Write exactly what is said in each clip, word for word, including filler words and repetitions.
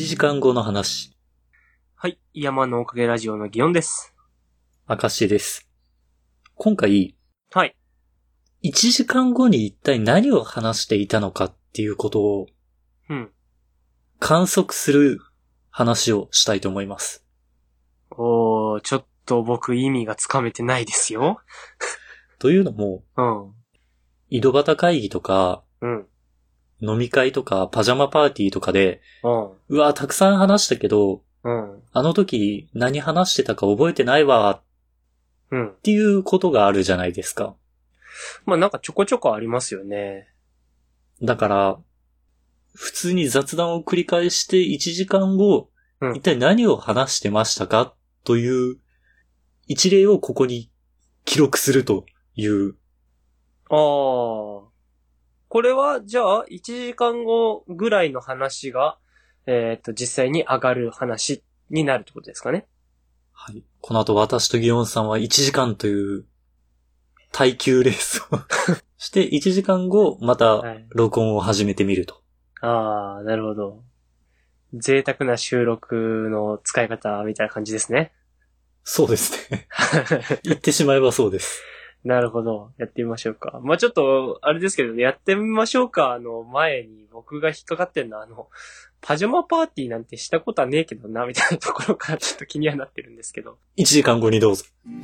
時間後の話。 はい。山のおかげラジオの祇園です。 明石です。今回、 はい。 いちじかんごに一体何を話していたのかっていうことを、 うん。 観測する話をしたいと思います。 おー、ちょっと僕意味がつかめてないですよ。 というのも、 うん。 井戸端会議とか、 うん。 飲み会とか、パジャマパーティーとかで、 うん。 うわ、たくさん話したけど、 うん。 あの時何話してたか覚えてないわうん。 っていうことがあるじゃないですか。 まあなんかちょこちょこありますよね。 だから、普通に雑談を繰り返していちじかんご、 うん。 一体何を話してましたかという一例をここに記録するという。 あー。これは、じゃあ、いちじかんごぐらいの話が、えっと、実際に上がる話になるってことですかね。 はい。この後私とギオンさんはいちじかんという耐久レースをして、いちじかんごまた録音を始めてみると。 はい、あー、なるほど。贅沢な収録の使い方みたいな感じですね。 そうですね。言ってしまえばそうです。 なるほど。やってみましょうか。まあ、ちょっと、あれですけどね、やってみましょうか。あの、前に僕が引っかかってんのは、あの、パジャマパーティーなんてしたことはねえけどな、みたいなところからちょっと気にはなってるんですけど。 いちじかんごにどうぞ。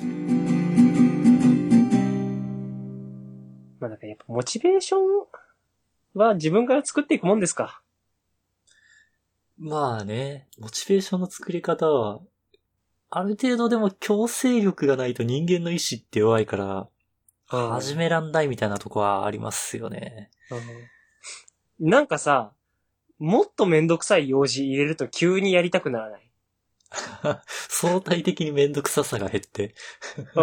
まあ、なんかやっぱモチベーションは自分から作っていくもんですか。 まあね、モチベーションの作り方は、ある程度でも強制力がないと人間の意志って弱いから、始めらんないみたいなとこはありますよね。 うん、なんかさ、もっとめんどくさい用事入れると急にやりたくならない？ 相対的にめんどくささが減って。 うん。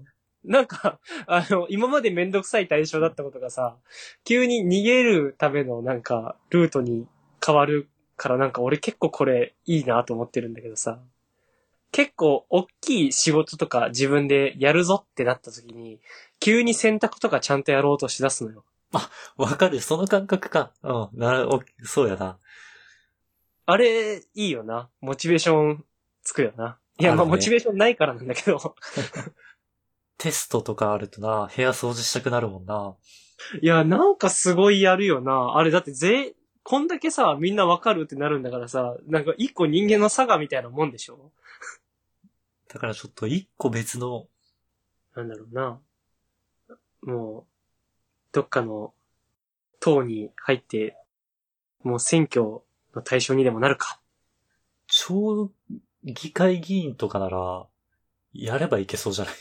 なんか、あの、今までめんどくさい対象だったことがさ、急に逃げるためのなんか、ルートに変わるからなんか俺結構これいいなと思ってるんだけどさ、結構大きい仕事とか自分でやるぞってなった時に、急に選択とかちゃんとやろうとしだすのよ。 あ、わかる。その感覚か。うん。なる、おそうやな。 あれ、いいよな。モチベーションつくよな。いや、 あるねまあモチベーションないからなんだけど。 テストとかあるとな、部屋掃除したくなるもんな。 いや、なんかすごいやるよな。あれだってぜ、こんだけさ、みんなわかるってなるんだからさ、なんか一個人間の差がみたいなもんでしょ？ だからちょっと一個別の、 なんだろうな。もう、どっかの党に入って、もう選挙の対象にでもなるか。 超議会議員とかなら、やればいけそうじゃない？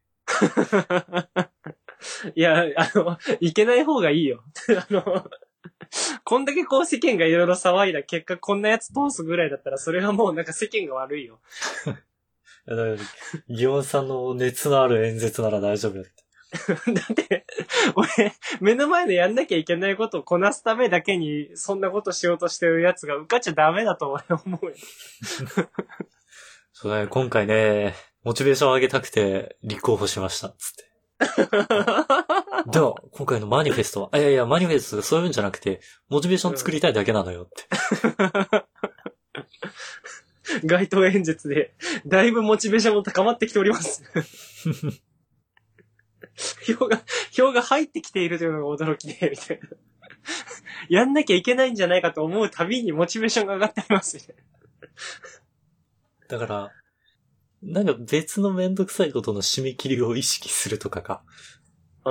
いや、あの、いけない方がいいよ。あの、こんだけこう世間がいろいろ騒いだ結果こんなやつ通すぐらいだったらそれはもうなんか世間が悪いよ。 だから、ギオンさんの熱のある演説なら大丈夫だって。 だって、俺、目の前でやんなきゃいけないことをこなすためだけに、そんなことしようとしてるやつが受かっちゃダメだと俺は思うよ。 そうね、今回ね、モチベーション上げたくて立候補しました、つって。では、今回のマニフェストは、あいやいや、マニフェストがそういうんじゃなくて、モチベーション作りたいだけなのよって。 街頭演説で、だいぶモチベーションも高まってきております。票が、票が入ってきているというのが驚きで、みたいな。やんなきゃいけないんじゃないかと思うたびにモチベーションが上がってありますね。 だから、なんか別のめんどくさいことの締め切りを意識するとかか。 うん。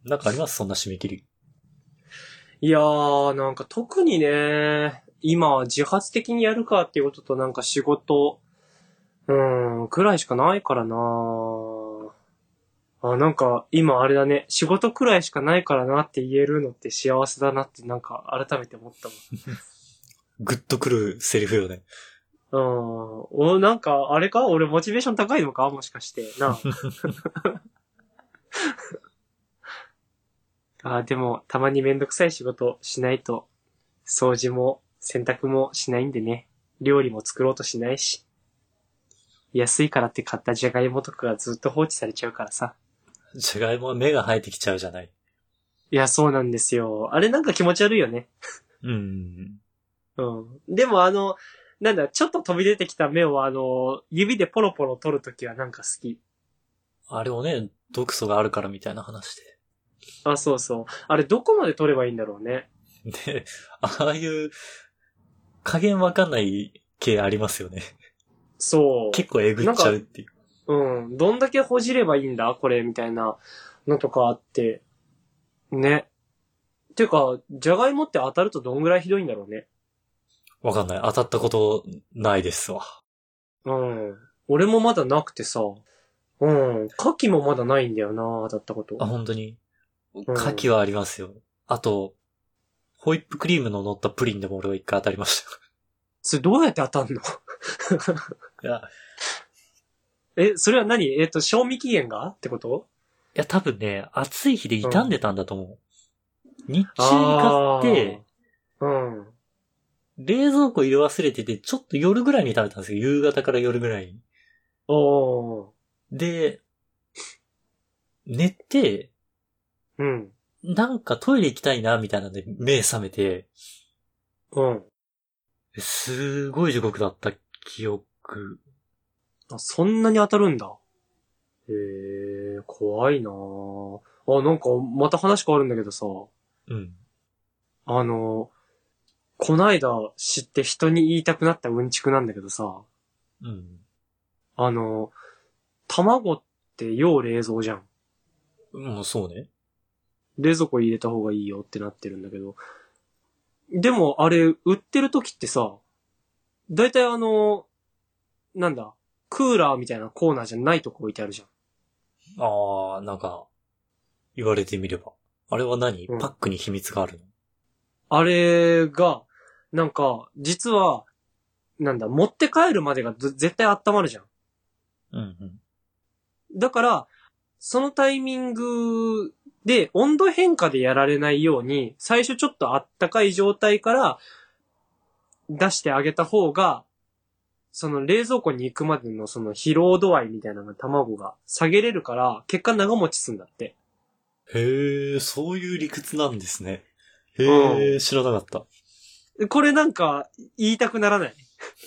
なんかありますそんな締め切り。 いやー、なんか特にね、今自発的にやるかっていうこととなんか仕事、うーん、くらいしかないからなあ、なんか今あれだね、仕事くらいしかないからなって言えるのって幸せだなってなんか改めて思ったもん。 グッとくるセリフよね。 うん。お、なんか、あれか俺モチベーション高いのかもしかして。なあ。あ、でも、たまにめんどくさい仕事しないと、掃除も洗濯もしないんでね。料理も作ろうとしないし。安いからって買ったじゃがいもとかがずっと放置されちゃうからさ。 じゃがいもは芽が生えてきちゃうじゃない。 いや、そうなんですよ。あれなんか気持ち悪いよね。 うん。 うん。でもあの、なんだ、ちょっと飛び出てきた目をあの、指でポロポロ取るときはなんか好き。 あれをね、毒素があるからみたいな話あ、そうそう。あれどこまで取ればいいんだろうね。 で。で、ああいう加減わかんない系ありますよね。 そう。 結構えぐっちゃうっていう。 うん。どんだけほじればいいんだこれ、みたいなのとかあって。ね。ていうか、じゃがいもって当たるとどんぐらいひどいんだろうね。 わかんない。当たったことないですわ。 うん。俺もまだなくてさ。うん。牡蠣もまだないんだよな、当たったこと。 あ、本当に。 ん牡蠣はありますよ。あと、ホイップクリームの乗ったプリンでも俺は一回当たりました。 それどうやって当たんのいや、 え、それは何えっと、賞味期限がってこといや多分ね、暑い日で傷んでたんだと思う。日中に買って、 うん。 冷蔵庫入れ忘れてて、ちょっと夜ぐらいに食べたんですよ。夕方から夜ぐらいに。 おー。 で、寝て、 うん。 なんかトイレ行きたいな、みたいなんで目覚めて、 うん。 すごい地獄だった記憶。 あ、そんなに当たるんだ。へえ、怖いなぁ。あ、なんか、また話変わるんだけどさ、 うん。 あの、こないだ知って人に言いたくなったうんちくなんだけどさ、 うん。 あの、卵って要冷蔵じゃん。 もうそうね。 冷蔵庫入れた方がいいよってなってるんだけど、でもあれ、売ってる時ってさ、だいたいあの、なんだ、クーラーみたいなコーナーじゃないとこ置いてあるじゃん。 あー、なんか、言われてみれば。あれは何、 うんパックに秘密があるの？ あれが、なんか、実は、なんだ、持って帰るまでがず絶対温まるじゃん。 うんうん。 だから、そのタイミングで温度変化でやられないように、最初ちょっとあったかい状態から出してあげた方が、その冷蔵庫に行くまでのその疲労度合いみたいなのが卵が下げれるから、結果長持ちすんだって。 へー、そういう理屈なんですね。へうー、知らなかった。 これなんか言いたくならない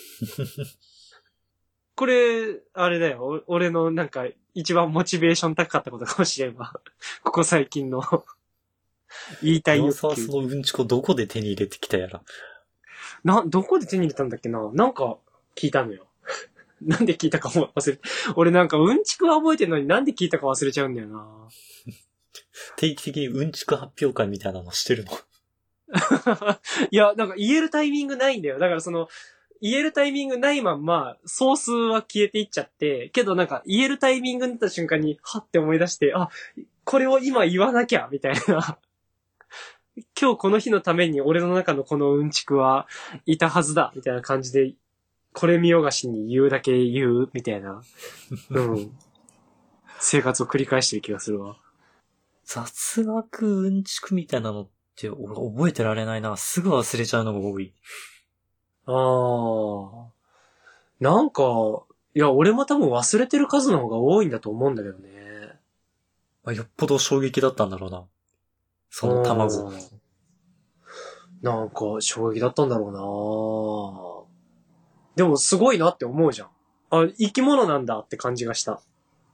これ、あれだよ。お俺のなんか一番モチベーション高かったことかもしれんわ。ここ最近の言いたい岩欲求。 沢そのうんちこどこで手に入れてきたやら。 な、どこで手に入れたんだっけななんか聞いたのよ。なんで聞いたかも忘れて。俺なんかうんちくは覚えてるのになんで聞いたか忘れちゃうんだよな。 定期的にうんちく発表会みたいなのしてるの？ いや、なんか言えるタイミングないんだよ。だからその、言えるタイミングないまんま、ソースは消えていっちゃって、けどなんか言えるタイミングになった瞬間に、はって思い出して、あ、これを今言わなきゃみたいな。今日この日のために俺の中のこのうんちくはいたはずだみたいな感じで、これ見よがしに言うだけ言うみたいな。うん。生活を繰り返してる気がするわ。 雑学うんちくみたいなのって俺覚えてられないな。すぐ忘れちゃうのが多い。 あー。なんか、いや、俺も多分忘れてる数の方が多いんだと思うんだけどね。 まあ、よっぽど衝撃だったんだろうな。その卵。 うんなんか、衝撃だったんだろうなでも、すごいなって思うじゃん。あ、生き物なんだって感じがした。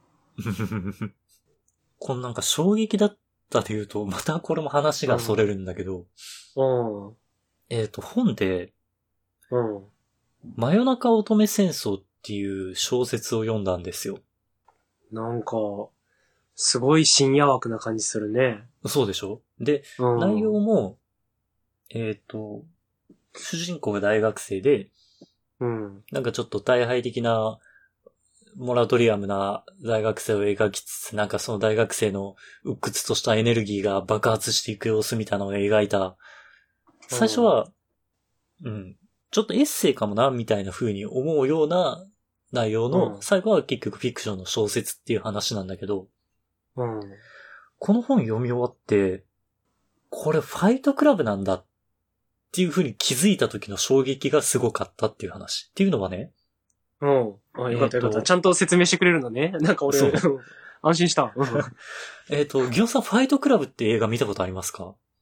このなんか衝撃だったというと、またこれも話がそれるんだけど、 うん。 えっと、本で、 うん。 真夜中乙女戦争っていう小説を読んだんですよ。 なんか、すごい深夜枠な感じするね。 そうでしょ？で、 うん。 内容も、えっと、主人公が大学生で、 うん。 なんかちょっと大敗的な、モラトリアムな大学生を描きつつ、なんかその大学生の鬱屈としたエネルギーが爆発していく様子みたいなのを描いた。最初は、うん、ちょっとエッセイかもな、みたいな風に思うような内容の、 うん最後は結局フィクションの小説っていう話なんだけど、 うん。 この本読み終わって、これファイトクラブなんだっていう風に気づいた時の衝撃がすごかったっていう話。っていうのはね、 うん。あ、よかったよかった。 えーとちゃんと説明してくれるのね。なんか俺、 そう安心した。うんえっと、ギオさんファイトクラブって映画見たことありますか？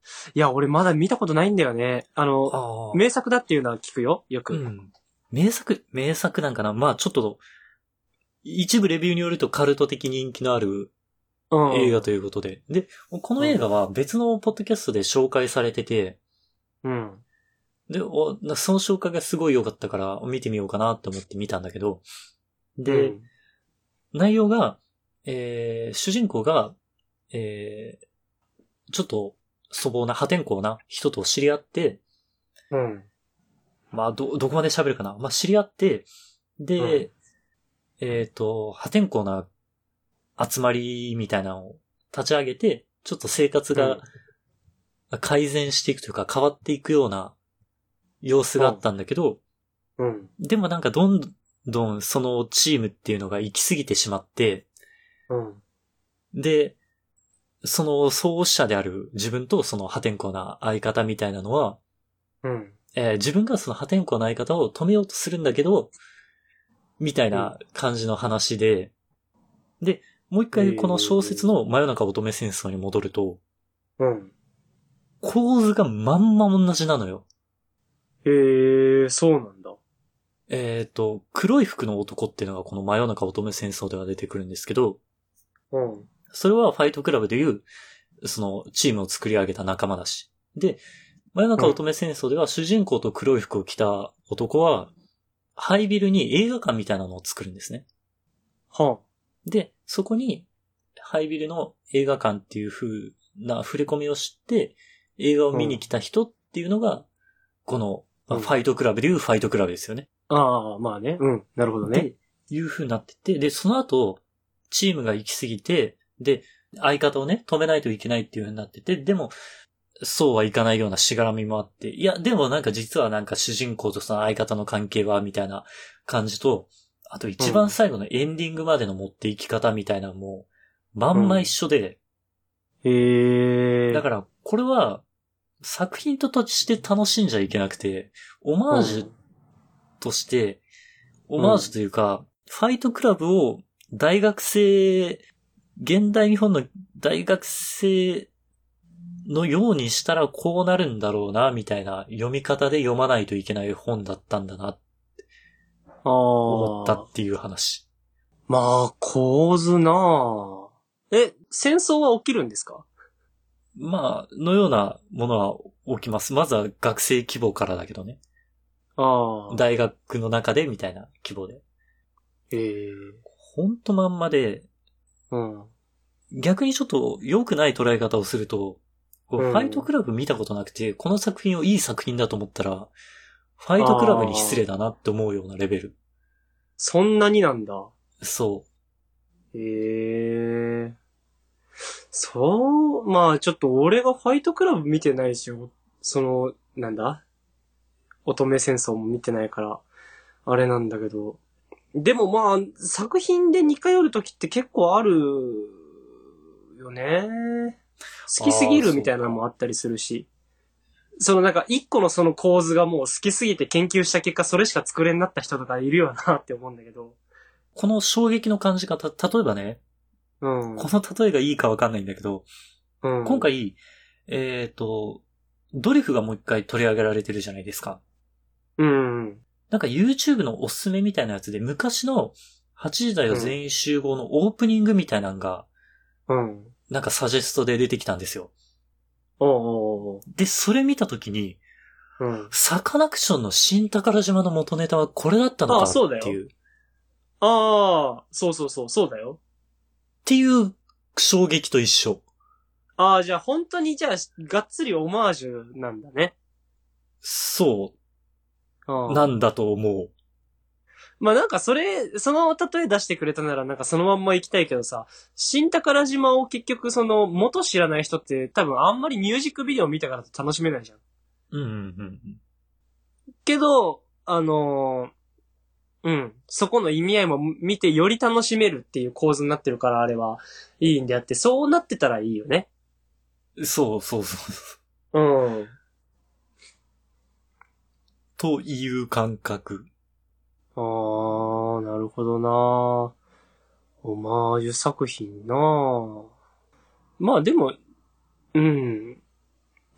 いや、俺まだ見たことないんだよね。あの、 ああ。 名作だっていうのは聞くよ、よく。 うん。名作、名作なんかな。まあちょっと、一部レビューによるとカルト的人気のあるうん。 映画ということで。で、この映画は別のポッドキャストで紹介されてて、 うん。 で、おその紹介がすごい良かったから見てみようかなと思って見たんだけど、で、 うん、 内容が、えー、主人公が、えー、ちょっと粗暴な破天荒な人と知り合って、 うん。 まあ、ど、どこまで喋るかな。まあ、知り合って、で、 うんえっと、破天荒な集まりみたいなのを立ち上げて、ちょっと生活が改善していくというか変わっていくような様子があったんだけど、 うん。 でもなんかどんどんそのチームっていうのが行き過ぎてしまって、 うん。 で、その創始者である自分とその破天荒な相方みたいなのは、 うん。 えー自分がその破天荒な相方を止めようとするんだけど、みたいな感じの話で、で、もう一回この小説の真夜中乙女戦争に戻ると、 うん。 構図がまんま同じなのよ。 へえ、そうなんだ。 えっと、黒い服の男っていうのがこの真夜中乙女戦争では出てくるんですけど、 うん。 それはファイトクラブでいう、そのチームを作り上げた仲間だし。で、真夜中乙女戦争では主人公と黒い服を着た男は、ハイビルに映画館みたいなのを作るんですね。 はで、そこに、ハイビルの映画館っていう風な触れ込みを知って、映画を見に来た人っていうのが、この、まあうんファイトクラブでいうファイトクラブですよね。 あ。ああ、まあね。うん。なるほどね。 で、いう風になってて、で、その後、チームが行き過ぎて、で、相方をね、止めないといけないっていう風になってて、でも、そうはいかないようなしがらみもあって、いや、でもなんか実はなんか主人公とその相方の関係は、みたいな感じと、あと一番最後のエンディングまでの持っていき方みたいなのも、まんま一緒で、 へえ。 だからこれは作品として楽しんじゃいけなくて、オマージュとして、オマージュというか、ファイトクラブを大学生、現代日本の大学生のようにしたらこうなるんだろうな、みたいな読み方で読まないといけない本だったんだな、思ったああ。 っていう話。 まあ、構図なあ。え、戦争は起きるんですか？ まあ、のようなものは起きます。まずは学生規模からだけどね。 ああ。 大学の中でみたいな規模で。 へえ。 ほんとまんまで、 うん。 逆にちょっと良くない捉え方をすると、こううんファイトクラブ見たことなくて、この作品をいい作品だと思ったら、ファイトクラブに失礼だなって思うようなレベル。 そんなになんだ。 そへえ。そう、まあちょっと俺がファイトクラブ見てないし、その、なんだ乙女戦争も見てないから、あれなんだけど。でもまあ、作品で似通るときって結構あるよね。好きすぎるみたいなのもあったりするし。そのなんか一個のその構図がもう好きすぎて研究した結果それしか作れになった人とかいるよなって思うんだけど。 う。この衝撃の感じ方、例えばね、 うん。 この例えがいいかわかんないんだけど、 うん、 今回、えっと、ドリフがもう一回取り上げられてるじゃないですか。 うん。 なんか YouTube のおすすめみたいなやつで昔のはちじだよ全員集合のオープニングみたいなのが、 うん。 なんかサジェストで出てきたんですよ。 おうおうおうで、それ見たときに、 うん。 サカナクションの新宝島の元ネタはこれだったのかあそうだよっていう。 ああ、そうそうそう、そうだよ。 っていう衝撃と一緒。 ああ、じゃあ本当にじゃあ、がっつりオマージュなんだね。 そあう、なんだと思う。 まあなんかそれ、その例え出してくれたならなんかそのまんま行きたいけどさ、新宝島を結局その元知らない人って多分あんまりミュージックビデオ見たから楽しめないじゃん。 うんうんうん。 けど、あのー、うん。そこの意味合いも見てより楽しめるっていう構図になってるからあれはいいんであって、そうなってたらいいよね。 そうそうそう。 うん。 という感覚。 あー、なるほどなオマージュ作品なまあでも、うん。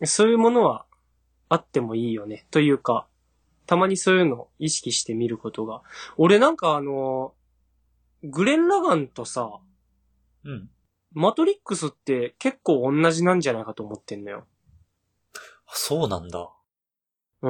そういうものはあってもいいよね。というか、たまにそういうのを意識してみることが。俺なんかあの、グレン・ラガンとさ、 うん。 マトリックスって結構同じなんじゃないかと思ってんのよ。 あ、そうなんだ。 うん。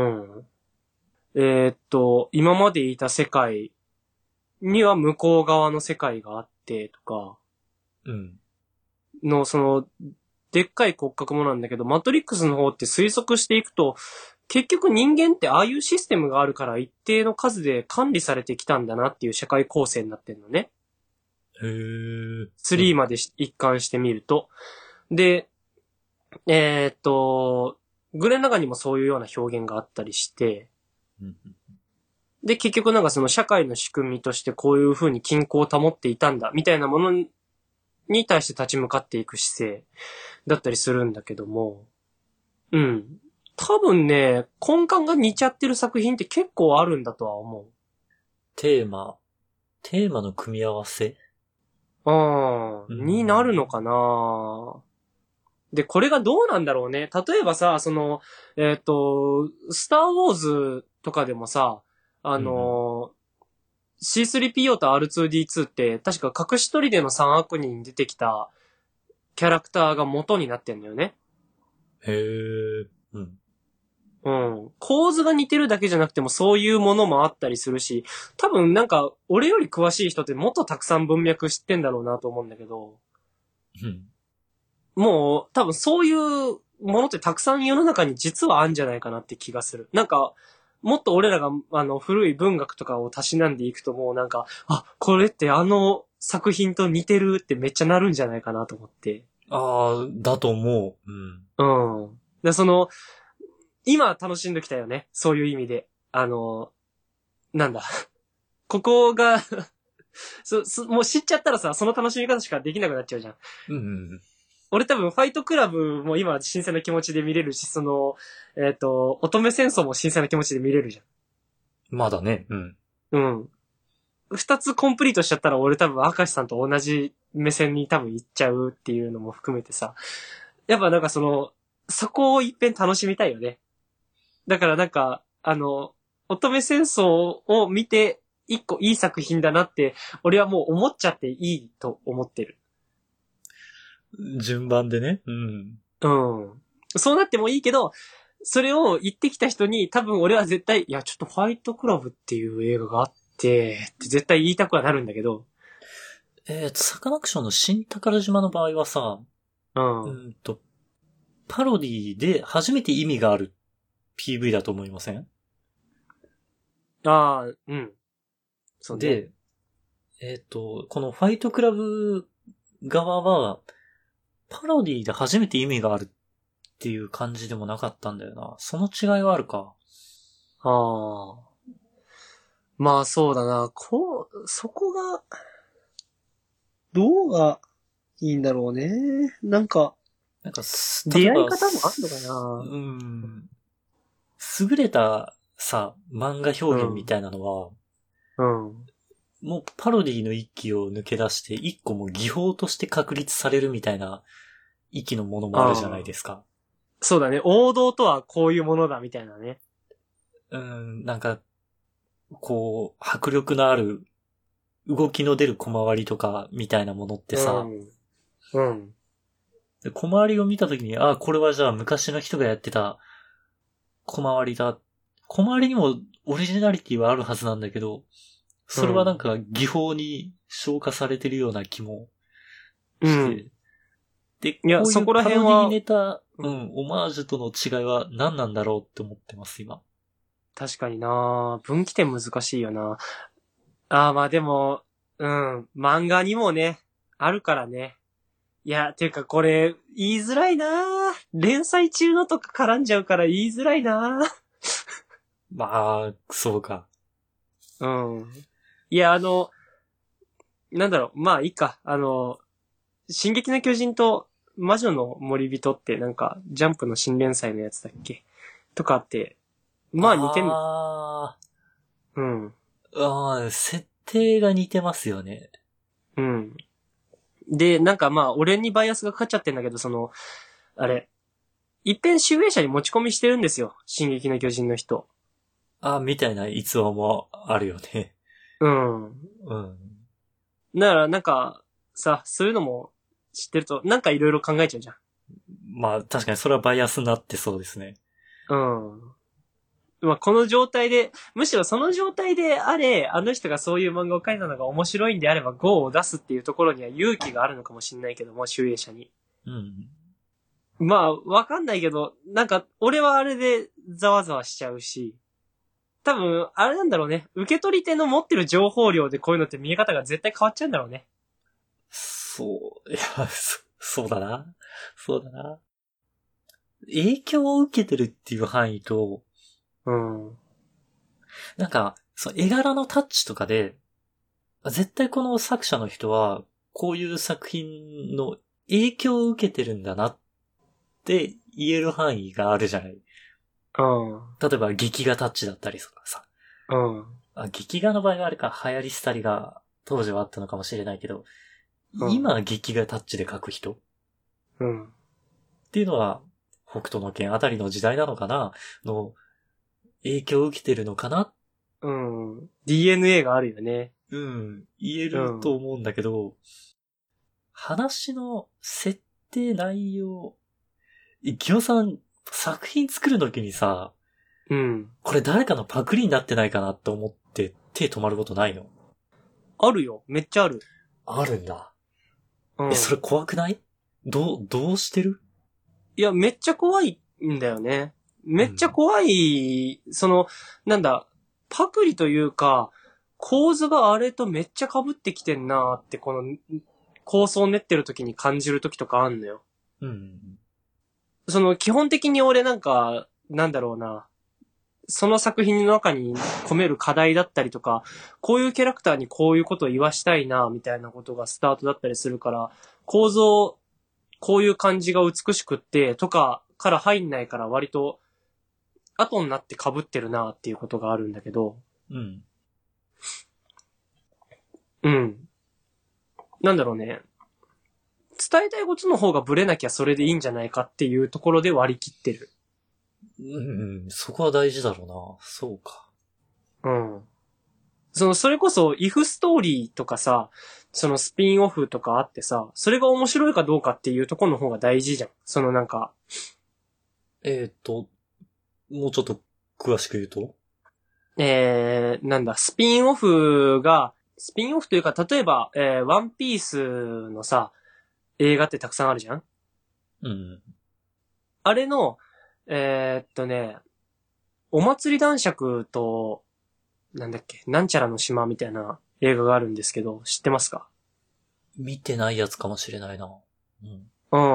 えーっと、今までいた世界には向こう側の世界があってとか、 うん。 の、その、でっかい骨格もなんだけど、マトリックスの方って推測していくと、結局人間ってああいうシステムがあるから一定の数で管理されてきたんだなっていう社会構成になってんのね。 へー。 スリーまで一貫してみると。で、えーっと、グレン・ラガンにもそういうような表現があったりして、 うん。 で、結局なんかその社会の仕組みとしてこういう風に均衡を保っていたんだ、みたいなものに対して立ち向かっていく姿勢だったりするんだけども、うん。多分ね、根幹が似ちゃってる作品って結構あるんだとは思テーマ、テーマの組み合わせう。ああ、 うんになるのかな。で、これがどうなんだろうね。例えばさ、その、えっと、スターウォーズとかでもさ、あの、シースリーピーオー と アールツーディーツー って確か隠し砦の三悪人に出てきたキャラクターが元になってんだよね。 へー。うん。 うん。構図が似てるだけじゃなくてもそういうものもあったりするし、多分なんか俺より詳しい人ってもっとたくさん文脈知ってんだろうなと思うんだけど、 うん。 もう多分そういうものってたくさん世の中に実はあるんじゃないかなって気がする。なんか、もっと俺らがあの古い文学とかをたしなんでいくともうなんか、あ、これってあの作品と似てるってめっちゃなるんじゃないかなと思って。 ああ、だと思う。うん。 うん。で、その、今楽しんできたよね。そういう意味で。あの、なんだ。ここがそ、そ、もう知っちゃったらさ、その楽しみ方しかできなくなっちゃうじゃん。 うん。 俺多分ファイトクラブも今新鮮な気持ちで見れるし、その、えっ、と、乙女戦争も新鮮な気持ちで見れるじまだね。うん。 ゃん。うん。二つコンプリートしちゃったら俺多分明石さんと同じ目線に多分行っちゃうっていうのも含めてさ。やっぱなんかその、そこを一遍楽しみたいよね。だからなんか、あの、乙女戦争を見て、一個いい作品だなって、俺はもう思っちゃっていいと思ってる。 順番でね。うん。 うん。そうなってもいいけど、それを言ってきた人に多分俺は絶対、いや、ちょっとファイトクラブっていう映画があって、って絶対言いたくはなるんだけど。 えーと、サカナクションの新宝島の場合はさ、 う。 うんんと、パロディで初めて意味がある ピーブイ だと思いません？ ああ、うん。そうね。 で、えっと、このファイトクラブ側は、パロディで初めて意味があるっていう感じでもなかったんだよな。その違いはあるか。 ああ。まあそうだな。こう、そこが、どうがいいんだろうね。なんか、 なんかす、例出えば、 会い方もあんのかすな。 うん、優れたさ、漫画表現みたいなのは、 うん。 もうパロディの域を抜け出して、一個もう技法として確立されるみたいな域のものもあるじゃないですか。 そうだね。王道とはこういうものだみたいなね。 うん、なんか、こう、迫力のある、動きの出る小回りとかみたいなものってさ、 うん。うん。 で小回りを見たときに、ああ、これはじゃあ昔の人がやってた小回りだ。小回りにもオリジナリティはあるはずなんだけど、それはなんか技法に消化されてるような気もうして、 ん。 で、 いやこういうそこら辺はパロディネタ、 ううんん、オマージュとの違いは何なんだろうって思ってます、今。 確かにな分岐点難しいよな。ああ、まあでも、うん。漫画にもね、あるからね。いや、ていうかこれ、言いづらいな連載中のとか絡んじゃうから言いづらいなまあ、そうか。 うん。いや、あの、なんだろう、まあいいか。あの、進撃の巨人と魔女の森人ってなんか、ジャンプの新連載のやつだっけとかって、まあ似てん、 あうん。 ーあー、設定が似てますよね。 うん。で、なんかまあ、俺にバイアスがかかっちゃってんだけど、その、あれ、 一遍集英社に持ち込みしてるんですよ。進撃の巨人の人。 あ、みたいな逸話もあるよね。 うん。 うん。 だからなんか、さ、そういうのも知ってると、なんかいろいろ考えちゃうじゃん。 まあ確かにそれはバイアスになってそうですね。 うん。まあこの状態で、むしろその状態であれ、あの人がそういう漫画を描いたのが面白いんであれば ゴー を出すっていうところには勇気があるのかもしれないけども、集英社に。 うん。 まあ、わかんないけど、なんか、俺はあれでざわざわしちゃうし、多分、あれなんだろうね。受け取り手の持ってる情報量でこういうのって見え方が絶対変わっちゃうんだろうね。 そう、いや、そ、そうだな。そうだな。影響を受けてるっていう範囲と、 うん。 なんか、その絵柄のタッチとかで、絶対この作者の人は、こういう作品の影響を受けてるんだなって言える範囲があるじゃない。 うん。 例えば劇画タッチだったりとかさ。 うん。 あ、劇画の場合はあれか、流行り廃りが当時はあったのかもしれないけど、 うん、 今劇画タッチで描く人っうん。 ていうのは、北斗の拳あたりの時代なのかなの影響を受けてるのかな。 うん。ディーエヌエー があるよね。 うん、言えると思うんだけど、うん、話の設定内容、ギオさん作品作るときにさ、 うん。 これ誰かのパクリになってないかなって思って手止まることないの？ あるよ。めっちゃある。 あるんだ。 うん、 え、それ怖くない？どう、どうしてる？ いや、めっちゃ怖いんだよね。めっちゃ怖い、うん、その、なんだ、パクリというか、構図があれとめっちゃ被ってきてんなーって、この、構想を練ってる時に感じる時とかあんのよ。 うん。 その、基本的に俺なんか、なんだろうな、その作品の中に込める課題だったりとか、こういうキャラクターにこういうことを言わしたいな、みたいなことがスタートだったりするから、構造、こういう感じが美しくって、とかから入んないから割と、後になって被ってるな、っていうことがあるんだけど。 うん。 うん。なんだろうね。伝えたいことの方がブレなきゃそれでいいんじゃないかっていうところで割り切ってる。 うん、そこは大事だろうな。そうか。 うん。その、それこそ、イフストーリーとかさ、そのスピンオフとかあってさ、それが面白いかどうかっていうところの方が大事じゃん。そのなんか。 えっと、もうちょっと詳しく言うと？ えー、なんだ、スピンオフが、スピンオフというか、例えば、えー、ワンピースのさ、映画ってたくさんあるじゃん？ うん。 あれの、えー、っとね、お祭り男爵と、なんだっけ、なんちゃらの島みたいな映画があるんですけど、知ってますか？ 見てないやつかもしれないな。うん。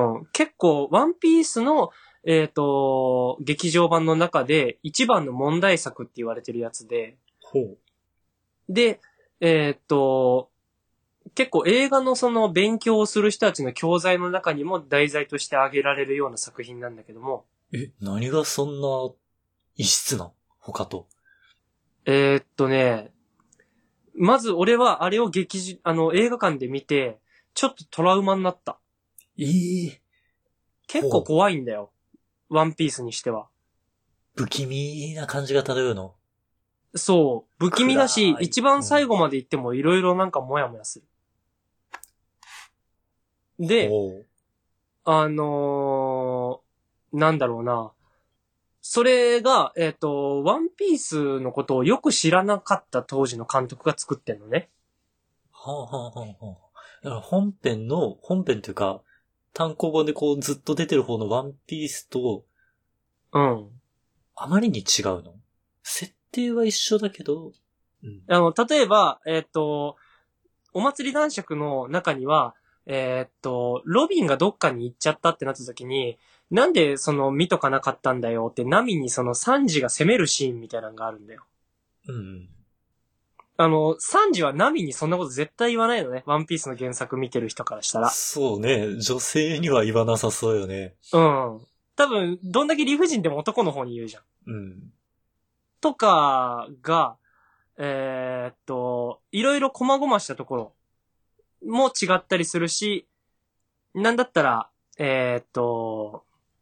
うん。結構、ワンピースの、えっと、劇場版の中で一番の問題作って言われてるやつで、 ほう。 で、えっと、結構映画のその勉強をする人たちの教材の中にも題材として挙げられるような作品なんだけども。 え、何がそんな異質な？他と。 えーっとね、まず俺はあれを劇じ、あの映画館で見て、ちょっとトラウマになった。 ええ結構怖いんだよ。ワンピースにしては。 不気味な感じが漂うの。 そう。不気味だし、 暗い一番最後まで行ってもいろいろなんかモヤモヤする。で、あのー、なんだろうな。それが、えっと、ワンピースのことをよく知らなかった当時の監督が作ってんのね。 はあ、はあはあはあ、だから本編の、本編というか、単行本でこうずっと出てる方のワンピースと、 うん。 あまりに違うの？設定は一緒だけど、 うん、あの、例えば、えっと、お祭り男爵の中には、えっと、ロビンがどっかに行っちゃったってなった時に、なんでその見とかなかったんだよってナミにそのサンジが責めるシーンみたいなのがあるんだよ。 うん。 あの、サンジはナミにそんなこと絶対言わないのね。ワンピースの原作見てる人からしたら。 そうね。女性には言わなさそうよね。 うん。多分、どんだけ理不尽でも男の方に言うじゃん。 うん。 とかが、えー、っと、いろいろ細々したところも違ったりするし、なんだったら、えー、っと、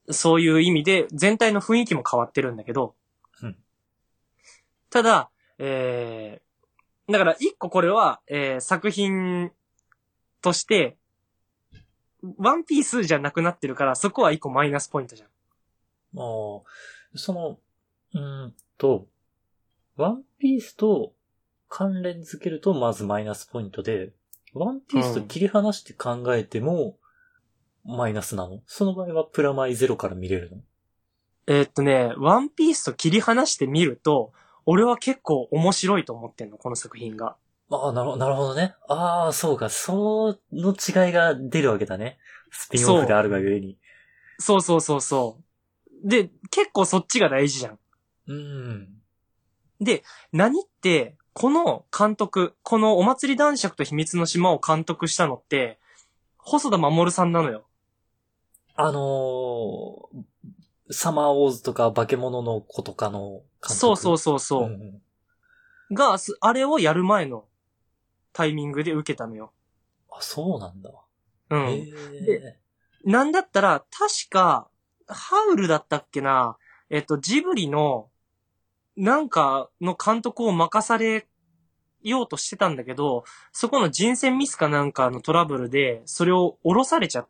そういう意味で全体の雰囲気も変わってるんだけど、 うん、 ただ、えー、だから一個これは、えー、作品として、ワンピースじゃなくなってるから、そこは一個マイナスポイントじゃん。 まあ、その、うーんと、ワンピースと関連づけるとまずマイナスポイントで、ワンピースと切り離して考えても、マイナスなの？その場合はプラマイゼロから見れるの？ えー、っとね、ワンピースと切り離してみると、俺は結構面白いと思ってんの、この作品が。 ああ、なる、なるほどね。ああ、そうか。その違いが出るわけだね。スピンオフであるがゆえに。 そうそうそうそう。で、結構そっちが大事じゃん。 うん。 で、何って、この監督、このお祭り男爵と秘密の島を監督したのって、細田守さんなのよ。 あのー、サマーウォーズとか化け物の子とかの監督。 そうそうそうそう。 うんうん、 が、あれをやる前のタイミングで受けたのよ。 あ、そうなんだ。 うん。 へで、なんだったら、確か、ハウルだったっけな、えっと、ジブリの、なんかの監督を任されようとしてたんだけど、そこの人選ミスかなんかのトラブルで、それを降ろされちゃって、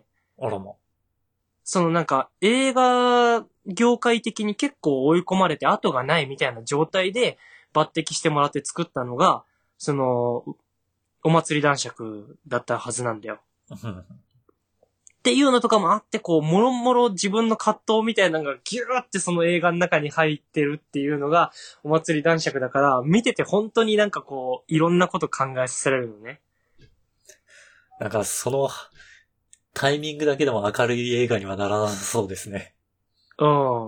あらま。 そのなんか映画業界的に結構追い込まれて後がないみたいな状態で抜擢してもらって作ったのが、その、お祭り男爵だったはずなんだよ。っていうのとかもあって、こう、もろもろ自分の葛藤みたいなのがギューってその映画の中に入ってるっていうのが、お祭り男爵だから、見てて本当になんかこう、いろんなこと考えさせられるのね。 なんかそのタイミングだけでも明るい映画にはならなそうですね。 うん。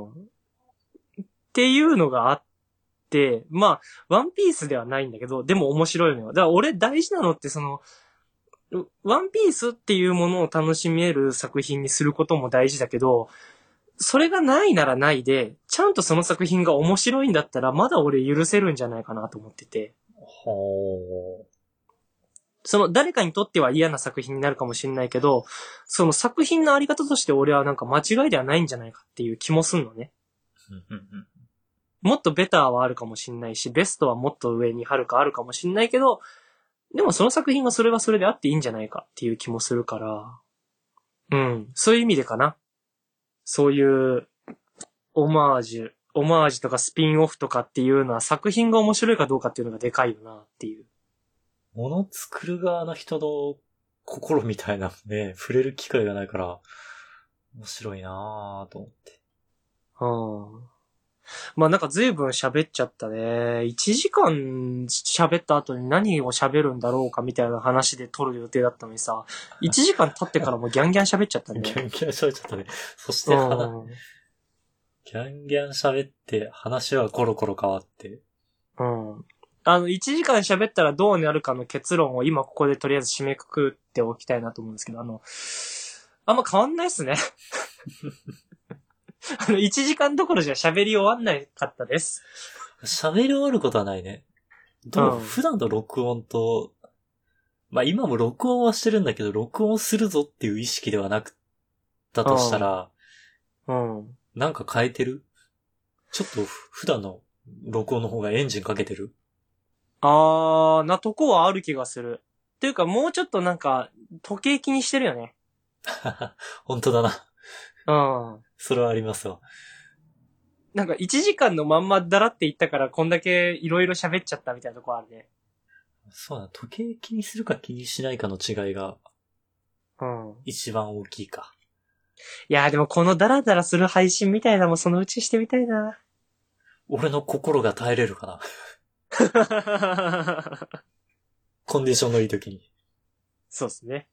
っていうのがあって、まあ、ワンピースではないんだけど、でも面白いのよ。だから俺大事なのってその、ワンピースっていうものを楽しめる作品にすることも大事だけど、それがないならないで、ちゃんとその作品が面白いんだったら、まだ俺許せるんじゃないかなと思ってて。 ほー。 その誰かにとっては嫌な作品になるかもしれないけど、その作品のあり方として俺はなんか間違いではないんじゃないかっていう気もすんのね。もっとベターはあるかもしれないし、ベストはもっと上にはるかあるかもしれないけど、でもその作品はそれはそれであっていいんじゃないかっていう気もするから、うん、そういう意味でかな。そういうオマージュ、オマージュとかスピンオフとかっていうのは作品が面白いかどうかっていうのがでかいよなっていう。 もの作る側の人の心みたいなね、触れる機会がないから、面白いなぁと思って。 うん。まあなんか随分喋っちゃったね。いちじかん喋った後に何を喋るんだろうかみたいな話で撮る予定だったのにさ、いちじかん経ってからもうギャンギャン喋っちゃったね。 ギャンギャン喋っちゃったね。そして、 うんギャンギャン喋って話はコロコロ変わって。 うん。あの、いちじかん喋ったらどうなるかの結論を今ここでとりあえず締めくくっておきたいなと思うんですけど、あの、あんま変わんないっすね。あの、いちじかんどころじゃ喋り終わんないかったです。 喋り終わることはないね。でも、 うん普段の録音と、まあ今も録音はしてるんだけど、録音するぞっていう意識ではなくったとしたら、 うん。 なんか変えてる？ちょっと普段の録音の方がエンジンかけてる？ あー、なとこはある気がする。っていうか、もうちょっとなんか、時計気にしてるよね。 本当だな。 うん。 それはありますわ。 なんかいちじかんのまんまだらって言ったからこんだけいろいろ喋っちゃったみたいなとこあるね。 そうだ、時計気にするか気にしないかの違いがうん。 一番大きいか。 いやーでもこのダラダラする配信みたいなのもそのうちしてみたいな。 俺の心が耐えれるかな。コンディションのいい時に。 そうですね。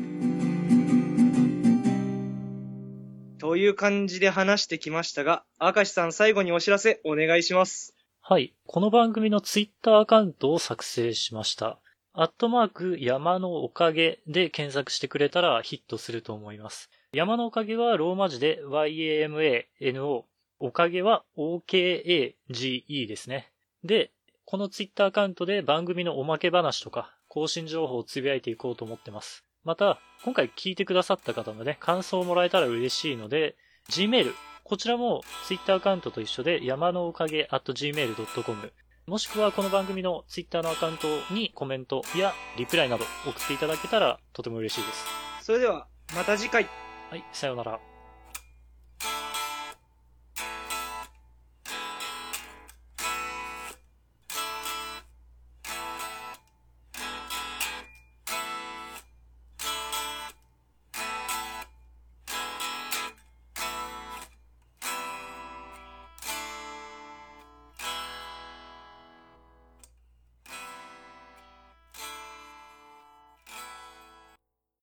という感じで話してきましたが、明石さん最後にお知らせお願いします。 はい。この番組のツイッターアカウントを作成しました。アットマーク山のおかげで検索してくれたらヒットすると思います。山のおかげはローマ字で ワイエーエムエーエヌオー。おかげは オーケーエージーイー ですね。で、このツイッターアカウントで番組のおまけ話とか更新情報をつぶやいていこうと思ってます。また、今回聞いてくださった方のね、感想をもらえたら嬉しいので、 Gmail。こちらも Twitter アカウントと一緒で、山のおかげ at ジーメールドットコム。もしくはこの番組の Twitter のアカウントにコメントやリプライなど送っていただけたらとても嬉しいです。 それでは、また次回。 はい、さようなら。